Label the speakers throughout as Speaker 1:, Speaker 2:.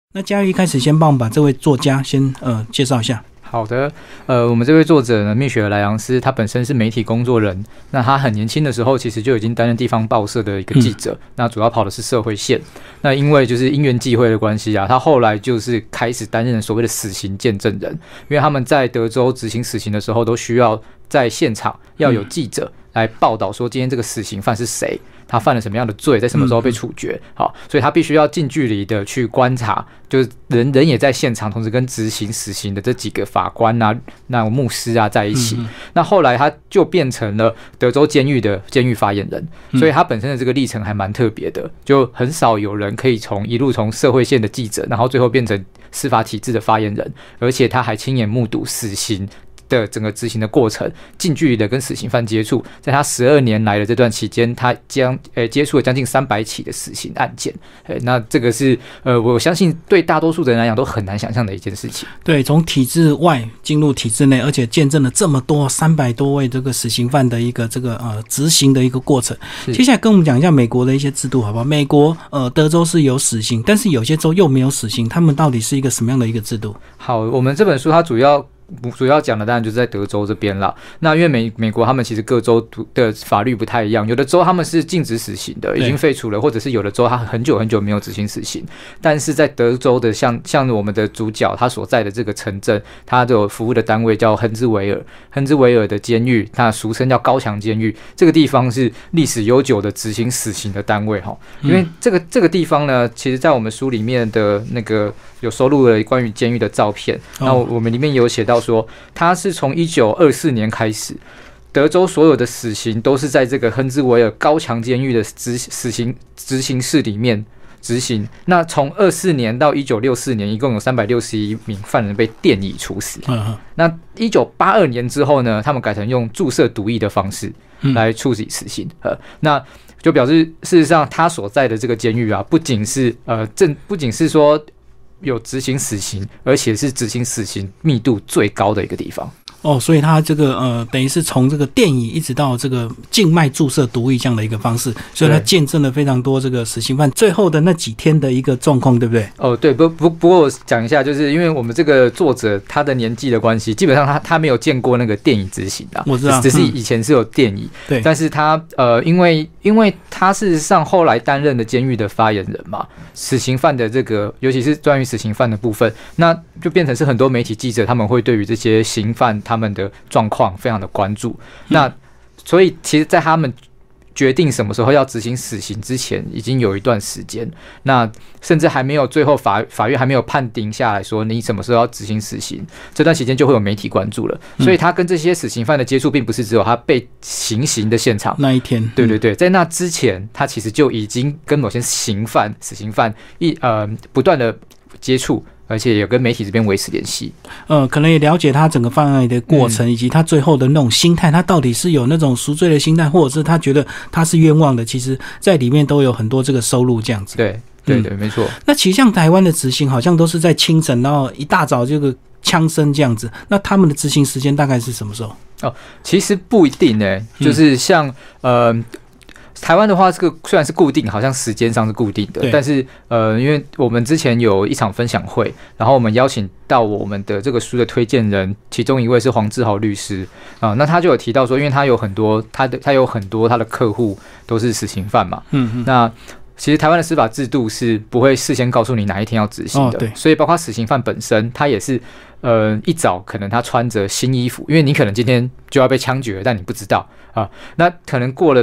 Speaker 1: 那嘉玉一开始先帮我们把这位作家先介绍一下。
Speaker 2: 好的，我们这位作者呢，蜜雪儿莱昂斯，他本身是媒体工作人。那他很年轻的时候，其实就已经担任地方报社的一个记者。那主要跑的是社会线。那因为就是因缘际会的关系啊，他后来就是开始担任所谓的死刑见证人。因为他们在德州执行死刑的时候，都需要在现场要有记者来报道说今天这个死刑犯是谁，他犯了什么样的罪，在什么时候被处决。好，所以他必须要近距离的去观察，就是人也在现场，同时跟执行死刑的这几个法官啊、那牧师啊在一起。那后来他就变成了德州监狱的监狱发言人，所以他本身的这个历程还蛮特别的，就很少有人可以一路从社会线的记者，然后最后变成司法体制的发言人，而且他还亲眼目睹死刑的整个执行的过程，近距离的跟死刑犯接触，在他12年来的这段期间，他接触了将近300起的死刑案件。那这个是我相信对大多数的人来讲都很难想象的一件事情。
Speaker 1: 对，从体制外进入体制内，而且见证了这么多300多位这个死刑犯的一个执行的一个过程。接下来跟我们讲一下美国的一些制度好不好？美国德州是有死刑，但是有些州又没有死刑，他们到底是一个什么样的一个制度？
Speaker 2: 好，我们这本书它主要讲的当然就是在德州这边啦。那因为美国他们其实各州的法律不太一样，有的州他们是禁止死刑的，已经废除了，或者是有的州他很久很久没有执行死刑。但是在德州的像我们的主角他所在的这个城镇，他的服务的单位叫亨兹维尔的监狱，它俗称叫高墙监狱。这个地方是历史悠久的执行死刑的单位哈。因为这个地方呢，其实在我们书里面的那个有收录了关于监狱的照片。那我们里面有写到说，他是从1924年开始，德州所有的死刑都是在这个亨兹维尔高墙监狱的死刑执行室里面执行。那从24年到1964年，一共有361名犯人被电椅处死。那1982年之后呢，他们改成用注射毒液的方式来处理死刑。那就表示事实上他所在的这个监狱啊，不仅是说有执行死刑，而且是执行死刑密度最高的一个地方。所
Speaker 1: 以他这个等于是从这个电椅一直到这个静脉注射毒液这样的一个方式，所以他见证了非常多这个死刑犯最后的那几天的一个状况，对不对？
Speaker 2: 对，不过我讲一下，就是因为我们这个作者他的年纪的关系，基本上他没有见过那个电椅执行的，
Speaker 1: 我知道，
Speaker 2: 只是以前是有电椅，对，但是他因为他事实上后来担任的监狱的发言人嘛，死刑犯的这个，尤其是关于死刑犯的部分，那就变成是很多媒体记者他们会对于这些刑犯他们的状况非常的关注。那所以其实在他们决定什么时候要执行死刑之前，已经有一段时间，那甚至还没有最后法院还没有判定下来说你什么时候要执行死刑，这段期间就会有媒体关注了。所以他跟这些死刑犯的接触并不是只有他被行刑的现场
Speaker 1: 那一天，
Speaker 2: 对，在那之前他其实就已经跟某些死刑犯不断的接触，而且也跟媒体这边维持联系。
Speaker 1: 可能也了解他整个犯案的过程，以及他最后的那种心态，他到底是有那种赎罪的心态，或者是他觉得他是冤枉的，其实在里面都有很多这个收录这样子。
Speaker 2: 对，没错。
Speaker 1: 那其实像台湾的执行好像都是在清晨，然后一大早这个枪声这样子，那他们的执行时间大概是什么时候？
Speaker 2: 其实不一定欸，就是像台湾的话，这个虽然是固定，好像时间上是固定的，但是因为我们之前有一场分享会，然后我们邀请到我们的这个书的推荐人，其中一位是黄志豪律师那他就有提到说，因为他有很多他的客户都是死刑犯嘛，那其实台湾的司法制度是不会事先告诉你哪一天要执行的，所以包括死刑犯本身，他也是一早可能他穿着新衣服，因为你可能今天就要被枪决，但你不知道那可能过了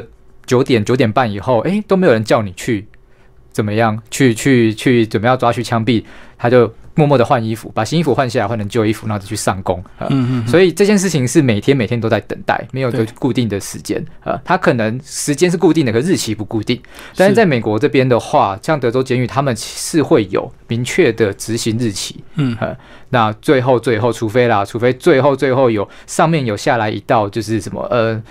Speaker 2: 9点半以后，都没有人叫你去怎么样，去准备要抓去枪毙，他就默默的换衣服，把新衣服换下来，换成旧衣服，然后就去上工。所以这件事情是每天都在等待，没有一个固定的时间。他可能时间是固定的，可日期不固定。但是在美国这边的话，像德州监狱，他们是会有明确的执行日期。那最后，除非最后上面有下来一道就是什么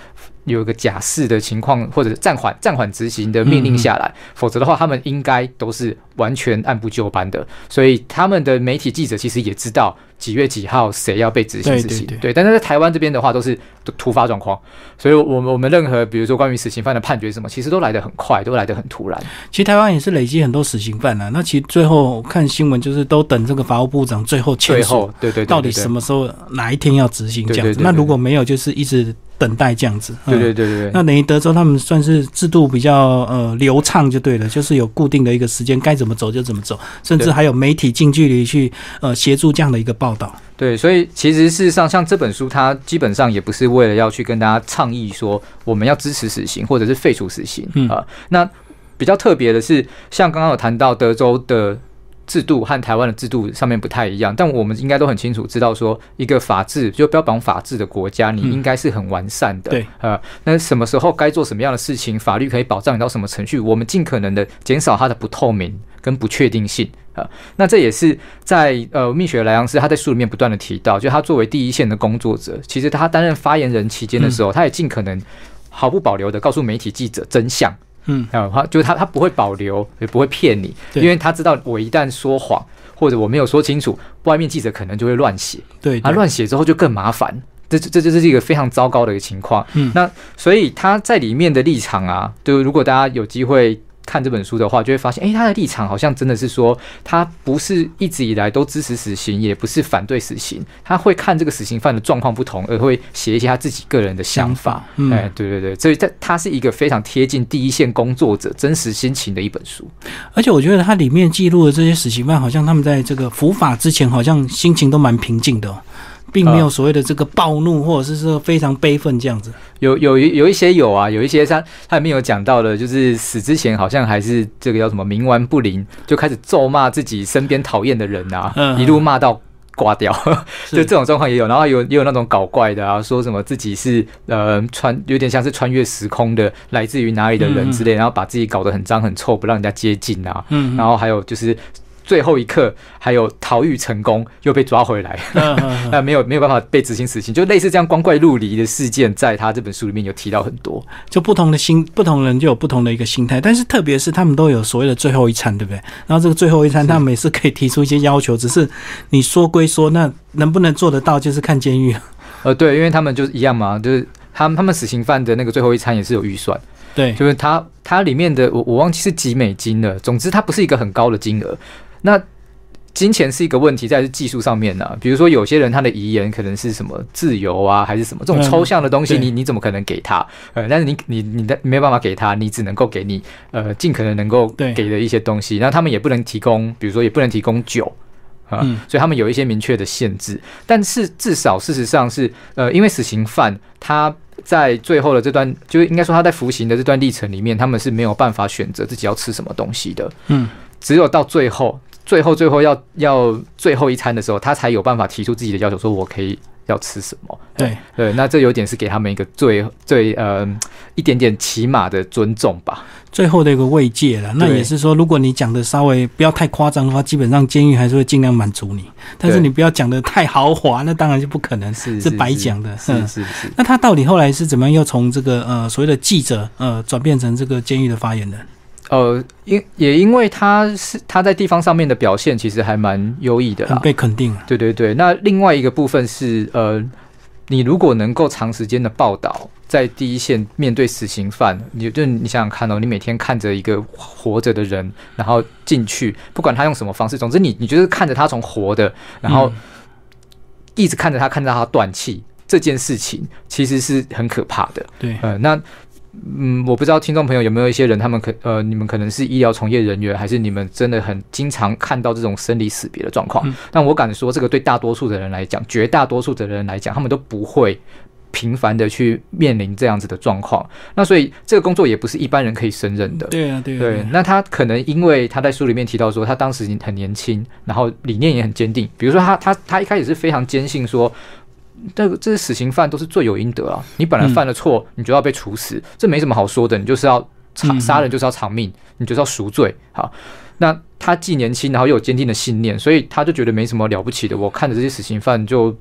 Speaker 2: 有一个假释的情况，或者暂缓执行的命令下来，否则的话，他们应该都是完全按部就班的。所以他们的媒体记者其实也知道几月几号谁要被执行死刑，对。但是在台湾这边的话，都是突发状况，所以我们任何比如说关于死刑犯的判决什么，其实都来得很快，都来得很突然。
Speaker 1: 其实台湾也是累积很多死刑犯啊，那其实最后看新闻就是都等这个法务部长最后签署，对，到底什么时候哪一天要执行这样子。那如果没有，就是一直等待这样子。
Speaker 2: 对。
Speaker 1: 那等于德州他们算是制度比较流畅就对了，就是有固定的一个时间，该怎么走就怎么走，甚至还有媒体近距离去协助这样的一个报道。
Speaker 2: 对，所以其实事实上，像这本书，它基本上也不是为了要去跟大家倡议说我们要支持死刑或者是废除死刑那比较特别的是，像刚刚有谈到德州的制度和台湾的制度上面不太一样，但我们应该都很清楚知道说，一个法治就标榜法治的国家，你应该是很完善的。
Speaker 1: 对，
Speaker 2: 那什么时候该做什么样的事情，法律可以保障你到什么程序，我们尽可能的减少它的不透明跟不确定性。那这也是在蜜雪莱昂斯他在书里面不断的提到，就他作为第一线的工作者，其实他担任发言人期间的时候，他也尽可能毫不保留的告诉媒体记者真相。就是他不会保留，也不会骗你，因为他知道我一旦说谎或者我没有说清楚，外面记者可能就会乱写，对，乱写之后就更麻烦，这就是一个非常糟糕的一个情况。那所以他在里面的立场啊，就如果大家有机会看这本书的话，就会发现，他的立场好像真的是说，他不是一直以来都支持死刑，也不是反对死刑，他会看这个死刑犯的状况不同，而会写一些他自己个人的想法。对，所以他是一个非常贴近第一线工作者真实心情的一本书。
Speaker 1: 而且我觉得他里面记录的这些死刑犯，好像他们在这个伏法之前，好像心情都蛮平静的并没有所谓的这个暴怒，或者是说非常悲愤这样子。有
Speaker 2: 一些有一些他里面有讲到的，就是死之前好像还是这个叫什么冥顽不灵，就开始咒骂自己身边讨厌的人一路骂到挂掉，就这种状况也有。然后也有那种搞怪的说什么自己是有点像是穿越时空的，来自于哪里的人之类，然后把自己搞得很脏很臭，不让人家接近然后还有就是最后一刻还有逃狱成功又被抓回来没有办法被执行死刑，就类似这样光怪陆离的事件，在他这本书里面有提到很多。
Speaker 1: 就不同人就有不同的一个心态，但是特别是他们都有所谓的最后一餐，对不对？然后这个最后一餐他们每次可以提出一些要求，只是你说归说，那能不能做得到就是看监狱
Speaker 2: 对，因为他们就是一样嘛，就是他们死刑犯的那个最后一餐也是有预算，
Speaker 1: 对，
Speaker 2: 就是他里面的我忘记是几美金了，总之它不是一个很高的金额。那金钱是一个问题，在技术上面比如说有些人他的遗言可能是什么自由还是什么这种抽象的东西，你怎么可能给他？但是你没有办法给他，你只能够给你尽可能能够给的一些东西。那他们也不能提供，比如说也不能提供酒所以他们有一些明确的限制。但是至少事实上是因为死刑犯他在最后的这段，就是应该说他在服刑的这段历程里面，他们是没有办法选择自己要吃什么东西的。只有到最后要最后一餐的时候，他才有办法提出自己的要求，说我可以要吃什么。对，那这有点是给他们一个最一点点起码的尊重吧，
Speaker 1: 最后的一个慰藉了。那也是说，如果你讲的稍微不要太夸张的话，基本上监狱还是会尽量满足你。但是你不要讲的太豪华，那当然就不可能，是白讲的。
Speaker 2: 是。
Speaker 1: 那他到底后来是怎么样又从这个所谓的记者转变成这个监狱的发言人？
Speaker 2: 因为他在地方上面的表现其实还蛮优异的，
Speaker 1: 很被肯定。
Speaker 2: 对。那另外一个部分是你如果能够长时间的报道，在第一线面对死刑犯，你想想看你每天看着一个活着的人，然后进去，不管他用什么方式，总之你就是看着他从活的，然后一直看着他断气，这件事情其实是很可怕的。
Speaker 1: 对，
Speaker 2: 那。我不知道听众朋友有没有一些人，他们你们可能是医疗从业人员，还是你们真的很经常看到这种生离死别的状况。但我敢说，这个对大多数的人来讲，绝大多数的人来讲，他们都不会频繁的去面临这样子的状况。那所以这个工作也不是一般人可以胜任的。
Speaker 1: 对。
Speaker 2: 那他可能因为他在书里面提到说，他当时很年轻，然后理念也很坚定。比如说他一开始是非常坚信说。这些死刑犯都是罪有应得啊！你本来犯了错，你就要被处死，这没什么好说的。你就是要杀人，就是要偿命，你就是要赎罪。好，那他既年轻，然后又有坚定的信念，所以他就觉得没什么了不起的。我看着这些死刑犯就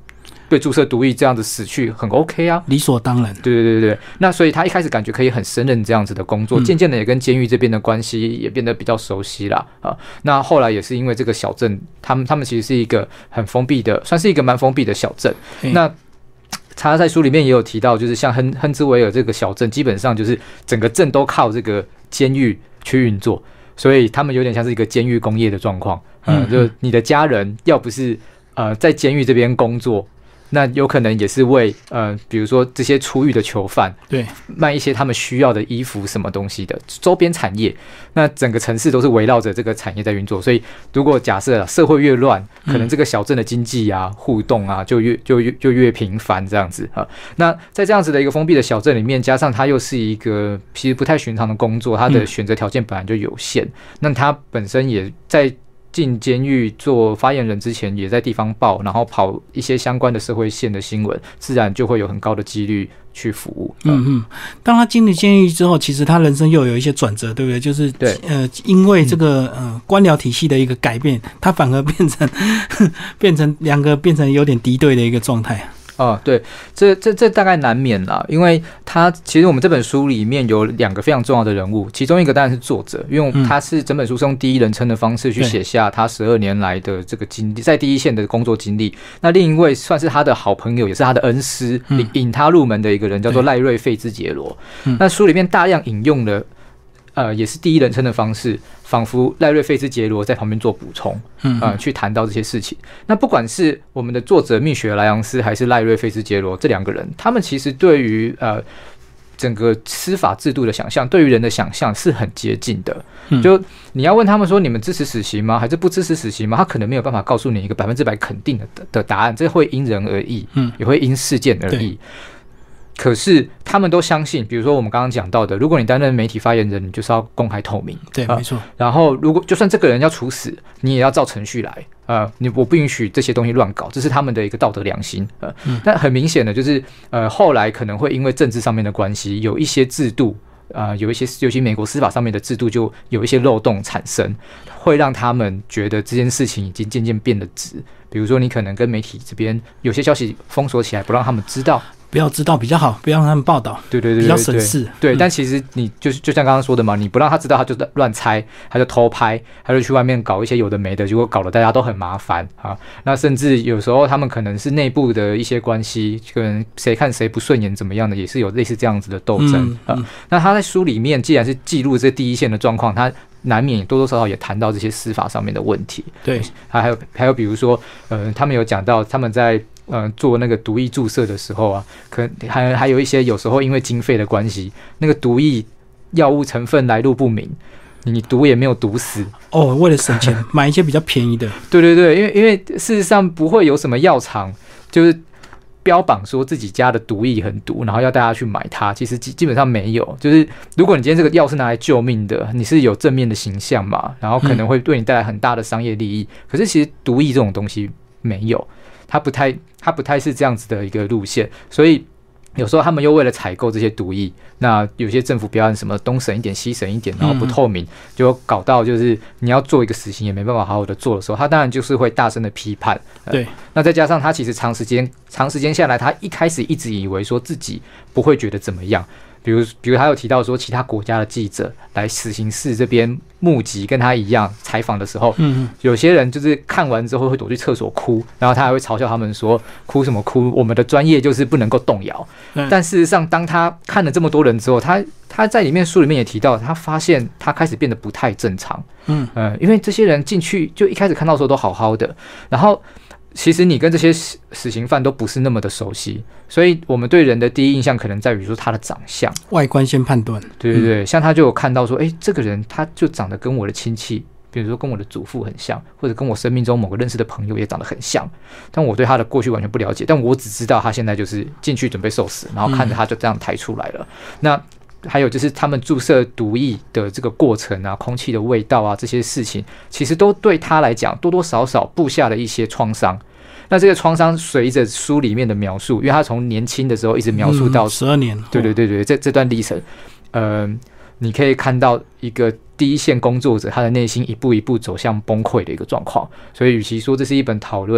Speaker 2: 被注射毒液这样子死去很 OK 啊，
Speaker 1: 理所当然。
Speaker 2: 对，那所以他一开始感觉可以很胜任这样子的工作，渐渐的也跟监狱这边的关系也变得比较熟悉啦啊。那后来也是因为这个小镇，他们其实是一个很封闭的，算是一个蛮封闭的小镇。那他在书里面也有提到，就是像亨兹维尔这个小镇，基本上就是整个镇都靠这个监狱去运作，所以他们有点像是一个监狱工业的状况。就你的家人要不是在监狱这边工作，那有可能也是为比如说这些出狱的囚犯，对，卖一些他们需要的衣服什么东西的周边产业。那整个城市都是围绕着这个产业在运作，所以如果假设社会越乱，可能这个小镇的经济啊、互动啊就越频繁这样子啊。那在这样子的一个封闭的小镇里面，加上它又是一个其实不太寻常的工作，它的选择条件本来就有限，那它本身也在进监狱做发言人之前，也在地方报，然后跑一些相关的社会线的新闻，自然就会有很高的几率去服务。
Speaker 1: 当他进了监狱之后，其实他人生又有一些转折，对不对？就是因为这个官僚体系的一个改变，他反而变成两个变成有点敌对的一个状态。
Speaker 2: 对，这大概难免啦，因为其实我们这本书里面有2个非常重要的人物，其中一个当然是作者，因为他是整本书是用第一人称的方式去写下他12年来的这个经历，在第一线的工作经历。那另一位算是他的好朋友，也是他的恩师，引他入门的一个人叫做赖瑞费兹杰罗。那书里面大量引用了也是第一人称的方式，仿佛赖瑞费兹杰罗在旁边做补充，去谈到这些事情。那不管是我们的作者蜜雪莱昂斯还是赖瑞费兹杰罗这2个人，他们其实对于整个司法制度的想象，对于人的想象是很接近的。就你要问他们说，你们支持死刑吗？还是不支持死刑吗？他可能没有办法告诉你一个100%肯定的答案，这会因人而异，也会因事件而异。可是他们都相信，比如说我们刚刚讲到的，如果你担任媒体发言人，你就是要公开透明，
Speaker 1: 对，没错。
Speaker 2: 然后如果就算这个人要处死，你也要照程序来，我不允许这些东西乱搞，这是他们的一个道德良心。但很明显的就是，后来可能会因为政治上面的关系，有一些制度。有一些，尤其美国司法上面的制度就有一些漏洞产生，会让他们觉得这件事情已经渐渐变得直。比如说，你可能跟媒体这边有些消息封锁起来，不让他们知道。不
Speaker 1: 要知道比较好，不要让他们报道，
Speaker 2: 对，
Speaker 1: 比较省事。
Speaker 2: 对，但其实你就像刚刚说的嘛，你不让他知道，他就乱猜，他就偷拍，他就去外面搞一些有的没的，结果搞得大家都很麻烦啊。那甚至有时候他们可能是内部的一些关系，可能谁看谁不顺眼怎么样的，也是有类似这样子的斗争啊。那他在书里面既然是记录这第一线的状况，他难免多多少少也谈到这些司法上面的问题。
Speaker 1: 对，
Speaker 2: 还有比如说，他们有讲到他们在做那个毒液注射的时候啊，可能还有一些有时候因为经费的关系，那个毒液药物成分来路不明，你毒也没有毒死
Speaker 1: 为了省钱买一些比较便宜的。
Speaker 2: 对，因为事实上不会有什么药厂就是标榜说自己家的毒液很毒，然后要大家去买它，其实基本上没有。就是如果你今天这个药是拿来救命的，你是有正面的形象嘛，然后可能会对你带来很大的商业利益。可是其实毒液这种东西没有，它不太是这样子的一个路线，所以有时候他们又为了采购这些毒液，那有些政府标案什么东省一点西省一点，然后不透明，就搞到就是你要做一个死刑也没办法好好的做的时候，他当然就是会大声的批判。
Speaker 1: 对，
Speaker 2: 那再加上他其实长时间下来，他一开始一直以为说自己不会觉得怎么样。比如他有提到说，其他国家的记者来死刑室这边目击，跟他一样采访的时候，有些人就是看完之后会躲去厕所哭，然后他还会嘲笑他们说：“哭什么哭？我们的专业就是不能够动摇。”但事实上，当他看了这么多人之后，他在书里面也提到，他发现他开始变得不太正常。因为这些人进去就一开始看到的时候都好好的，然后其实你跟这些死刑犯都不是那么的熟悉，所以我们对人的第一印象可能在于说他的长相，
Speaker 1: 外观先判断。
Speaker 2: 对，像他就有看到说，这个人他就长得跟我的亲戚，比如说跟我的祖父很像，或者跟我生命中某个认识的朋友也长得很像，但我对他的过去完全不了解，但我只知道他现在就是进去准备受死，然后看着他就这样抬出来了。那还有就是他们注射毒液的这个过程啊，空气的味道啊，这些事情其实都对他来讲多多少少布下了一些创伤。那这个创伤随着书里面的描述，因为他从年轻的时候一直描述到
Speaker 1: 12年，
Speaker 2: 对，这段历程，你可以看到一个第一线工作者他的内心一步一步走向崩溃的一个状况。所以与其说这是一本讨论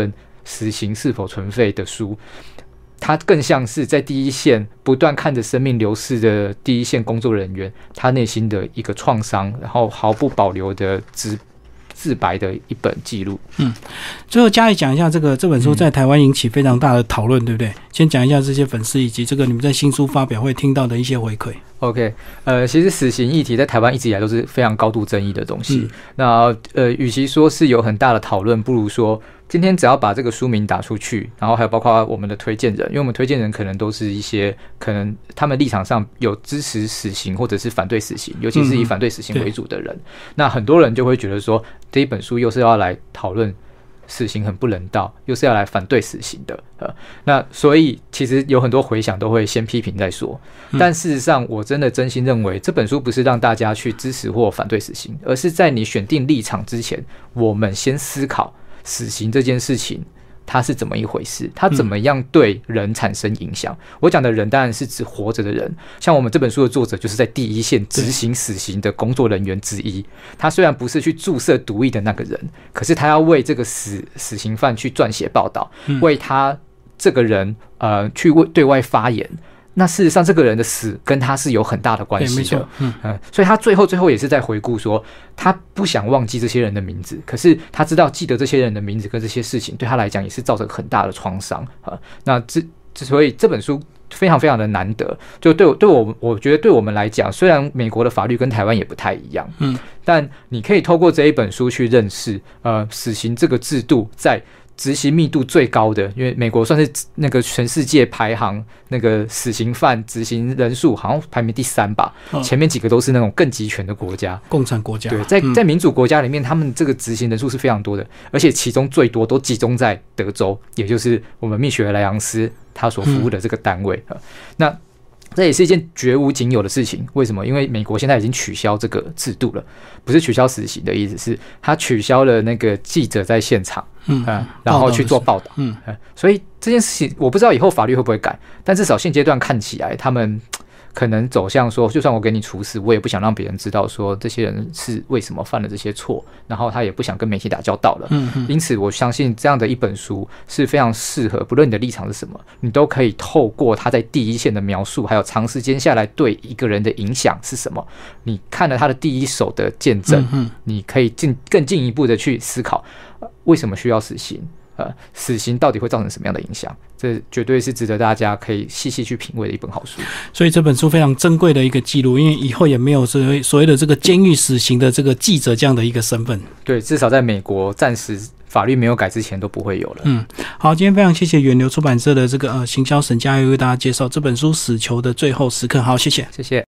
Speaker 2: 死刑是否存废的书，他更像是在第一线不断看着生命流逝的第一线工作人员，他内心的一个创伤，然后毫不保留的自白的一本记录。
Speaker 1: 最后嘉义讲一下这本书在台湾引起非常大的讨论，对不对？先讲一下这些粉丝以及这个你们在新书发表会听到的一些回馈。
Speaker 2: OK， 其实死刑议题在台湾一直以来都是非常高度争议的东西。那与其说是有很大的讨论，不如说今天只要把这个书名打出去，然后还有包括我们的推荐人，因为我们推荐人可能都是一些可能他们立场上有支持死刑或者是反对死刑，尤其是以反对死刑为主的人，那很多人就会觉得说这一本书又是要来讨论死刑很不人道，又是要来反对死刑的，那所以其实有很多回响都会先批评再说。但事实上，我真的真心认为这本书不是让大家去支持或反对死刑，而是在你选定立场之前，我们先思考死刑这件事情它是怎么一回事，它怎么样对人产生影响。我讲的人当然是指活着的人，像我们这本书的作者就是在第一线执行死刑的工作人员之一，他虽然不是去注射毒液的那个人，可是他要为这个死刑犯去撰写报道，为他这个人去对外发言。那事实上，这个人的死跟他是有很大的关系的，所以他最后也是在回顾说，他不想忘记这些人的名字，可是他知道记得这些人的名字跟这些事情对他来讲也是造成很大的创伤。那所以这本书非常非常的难得，就我觉得对我们来讲，虽然美国的法律跟台湾也不太一样，但你可以透过这一本书去认识死刑这个制度在执行密度最高的，因为美国算是那个全世界排行那个死刑犯执行人数好像排名第3吧，前面几个都是那种更集权的国家，
Speaker 1: 共产国家。
Speaker 2: 对，在民主国家里面，他们这个执行人数是非常多的，而且其中最多都集中在德州，也就是我们密雪莱昂斯他所服务的这个单位。那这也是一件绝无仅有的事情。为什么？因为美国现在已经取消这个制度了，不是取消死刑的意思，是他取消了那个记者在现场，然后去做报道。所以这件事情我不知道以后法律会不会改，但至少现阶段看起来，他们可能走向说，就算我给你处死，我也不想让别人知道说这些人是为什么犯了这些错，然后他也不想跟媒体打交道了。因此我相信这样的一本书是非常适合，不论你的立场是什么，你都可以透过他在第一线的描述，还有长时间下来对一个人的影响是什么，你看了他的第一手的见证，你可以更进一步的去思考为什么需要死刑，死刑到底会造成什么样的影响？这绝对是值得大家可以细细去品味的一本好书。
Speaker 1: 所以这本书非常珍贵的一个记录，因为以后也没有所谓的这个监狱死刑的这个记者这样的一个身份。
Speaker 2: 对，至少在美国暂时法律没有改之前都不会有了。
Speaker 1: 好，今天非常谢谢远流出版社的这个行销沈嘉瑜为大家介绍这本书《死囚的最后时刻》。好，谢谢，
Speaker 2: 谢谢。